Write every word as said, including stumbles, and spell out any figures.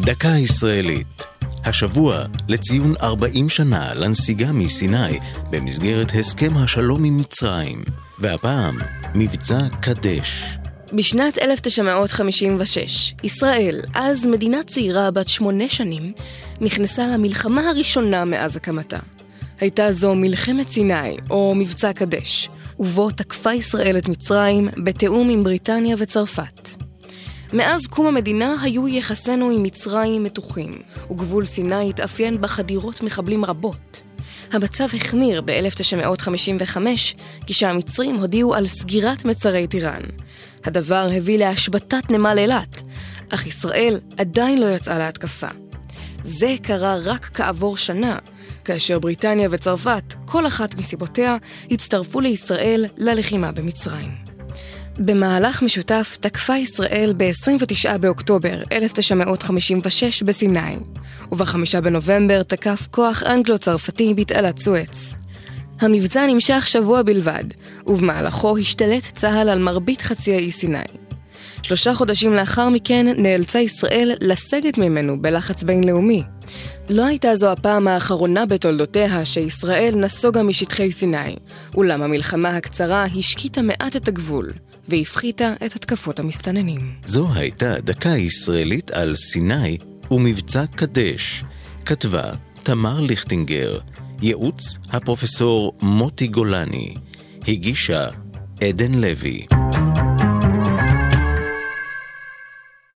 דקה ישראלית. השבוע לציון ארבעים שנה לנסיגה מסיני במסגרת הסכם השלום עם מצרים. והפעם מבצע קדש. בשנת אלף תשע מאות חמישים ושש, ישראל, אז מדינה צעירה בת שמונה שנים, נכנסה למלחמה הראשונה מאז הקמתה. הייתה זו מלחמת סיני, או מבצע קדש, ובו תקפה ישראל את מצרים בתאום עם בריטניה וצרפת. מאז קום המדינה היו יחסינו עם מצרים מתוחים, וגבול סיני התאפיין בחדירות מחבלים רבות. המצב החמיר ב-אלף תשע מאות חמישים וחמש, כשהמצרים הודיעו על סגירת מצרי טיראן. הדבר הביא להשבתת נמל אילת, אך ישראל עדיין לא יצאה להתקפה. זה קרה רק כעבור שנה, כאשר בריטניה וצרפת, כל אחת מסיבותיה, הצטרפו לישראל ללחימה במצרים. במהלך משותף תקפה ישראל ב-עשרים ותשעה באוקטובר אלף תשע מאות חמישים ושש בסיני, וב-חמישה בנובמבר תקף כוח אנגלו-צרפתי בתעלת סואץ. המבצע נמשך שבוע בלבד, ובמהלכו השתלט צהל על מרבית חצי האי סיני. שלושה חודשים לאחר מכן נאלצה ישראל לסגת ממנו בלחץ בינלאומי. לא הייתה זו הפעם האחרונה בתולדותיה שישראל נסוגה משטחי סיני, אולם המלחמה הקצרה השקיטה מעט את הגבול, והפחיתה את התקפות המסתננים. זו הייתה דקה ישראלית על סיני ומבצע קדש. כתבה תמר ליכטינגר, ייעוץ הפרופסור מוטי גולני, הגישה עדן לוי.